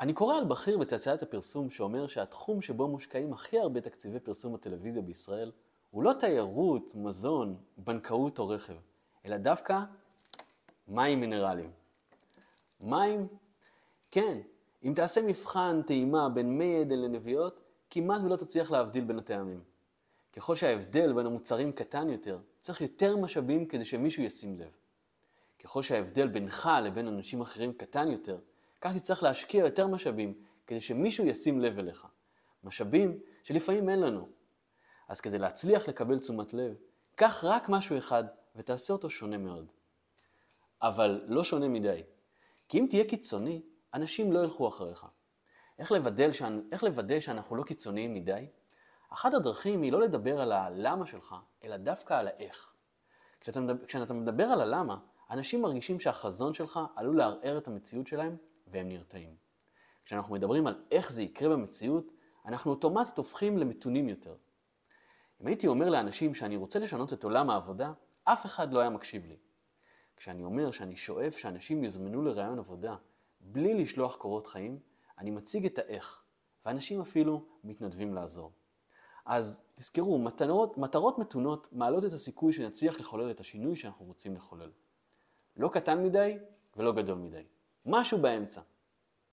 אני קורא על בכיר בתעשיית הפרסום שאומר שהתחום שבו מושקעים הכי הרבה תקציבי פרסום בטלוויזיה בישראל הוא לא תיירות, מזון, בנקאות או רכב, אלא דווקא מים מינרליים. מים? כן, אם תעשה מבחן טעימה בין מי עדן לנביאות, כמעט ולא תצליח להבדיל בין הטעמים. ככל שההבדל בין המוצרים קטן יותר, צריך יותר משאבים כדי שמישהו ישים לב. ככל שההבדל בינך לבין אנשים אחרים קטן יותר, כך תצטרך להשקיע יותר משאבים כדי שמישהו ישים לב אליך. משאבים שלפעמים אין לנו. אז כדי להצליח לקבל תשומת לב, קח רק משהו אחד ותעשה אותו שונה מאוד. אבל לא שונה מדי. כי אם תהיה קיצוני, אנשים לא ילכו אחריך. איך לוודא שאנחנו לא קיצוניים מדי? אחת הדרכים היא לא לדבר על הלמה שלך, אלא דווקא על האיך. כשאתה מדבר על הלמה, אנשים מרגישים שהחזון שלך עלול לערער את המציאות שלהם, והם נרתעים. כשאנחנו מדברים על איך זה יקרה במציאות, אנחנו אוטומטית הופכים למתונים יותר. אם הייתי אומר לאנשים שאני רוצה לשנות את עולם העבודה, אף אחד לא היה מקשיב לי. כשאני אומר שאני שואף שאנשים יוזמנו לרעיון עבודה, בלי לשלוח קורות חיים, אני מציג את האיך, ואנשים אפילו מתנדבים לעזור. אז תזכרו, מטרות מתונות מעלות את הסיכוי שנצליח לחולל את השינוי שאנחנו רוצים לחולל. לא קטן מדי ולא גדול מדי. משהו באמצע.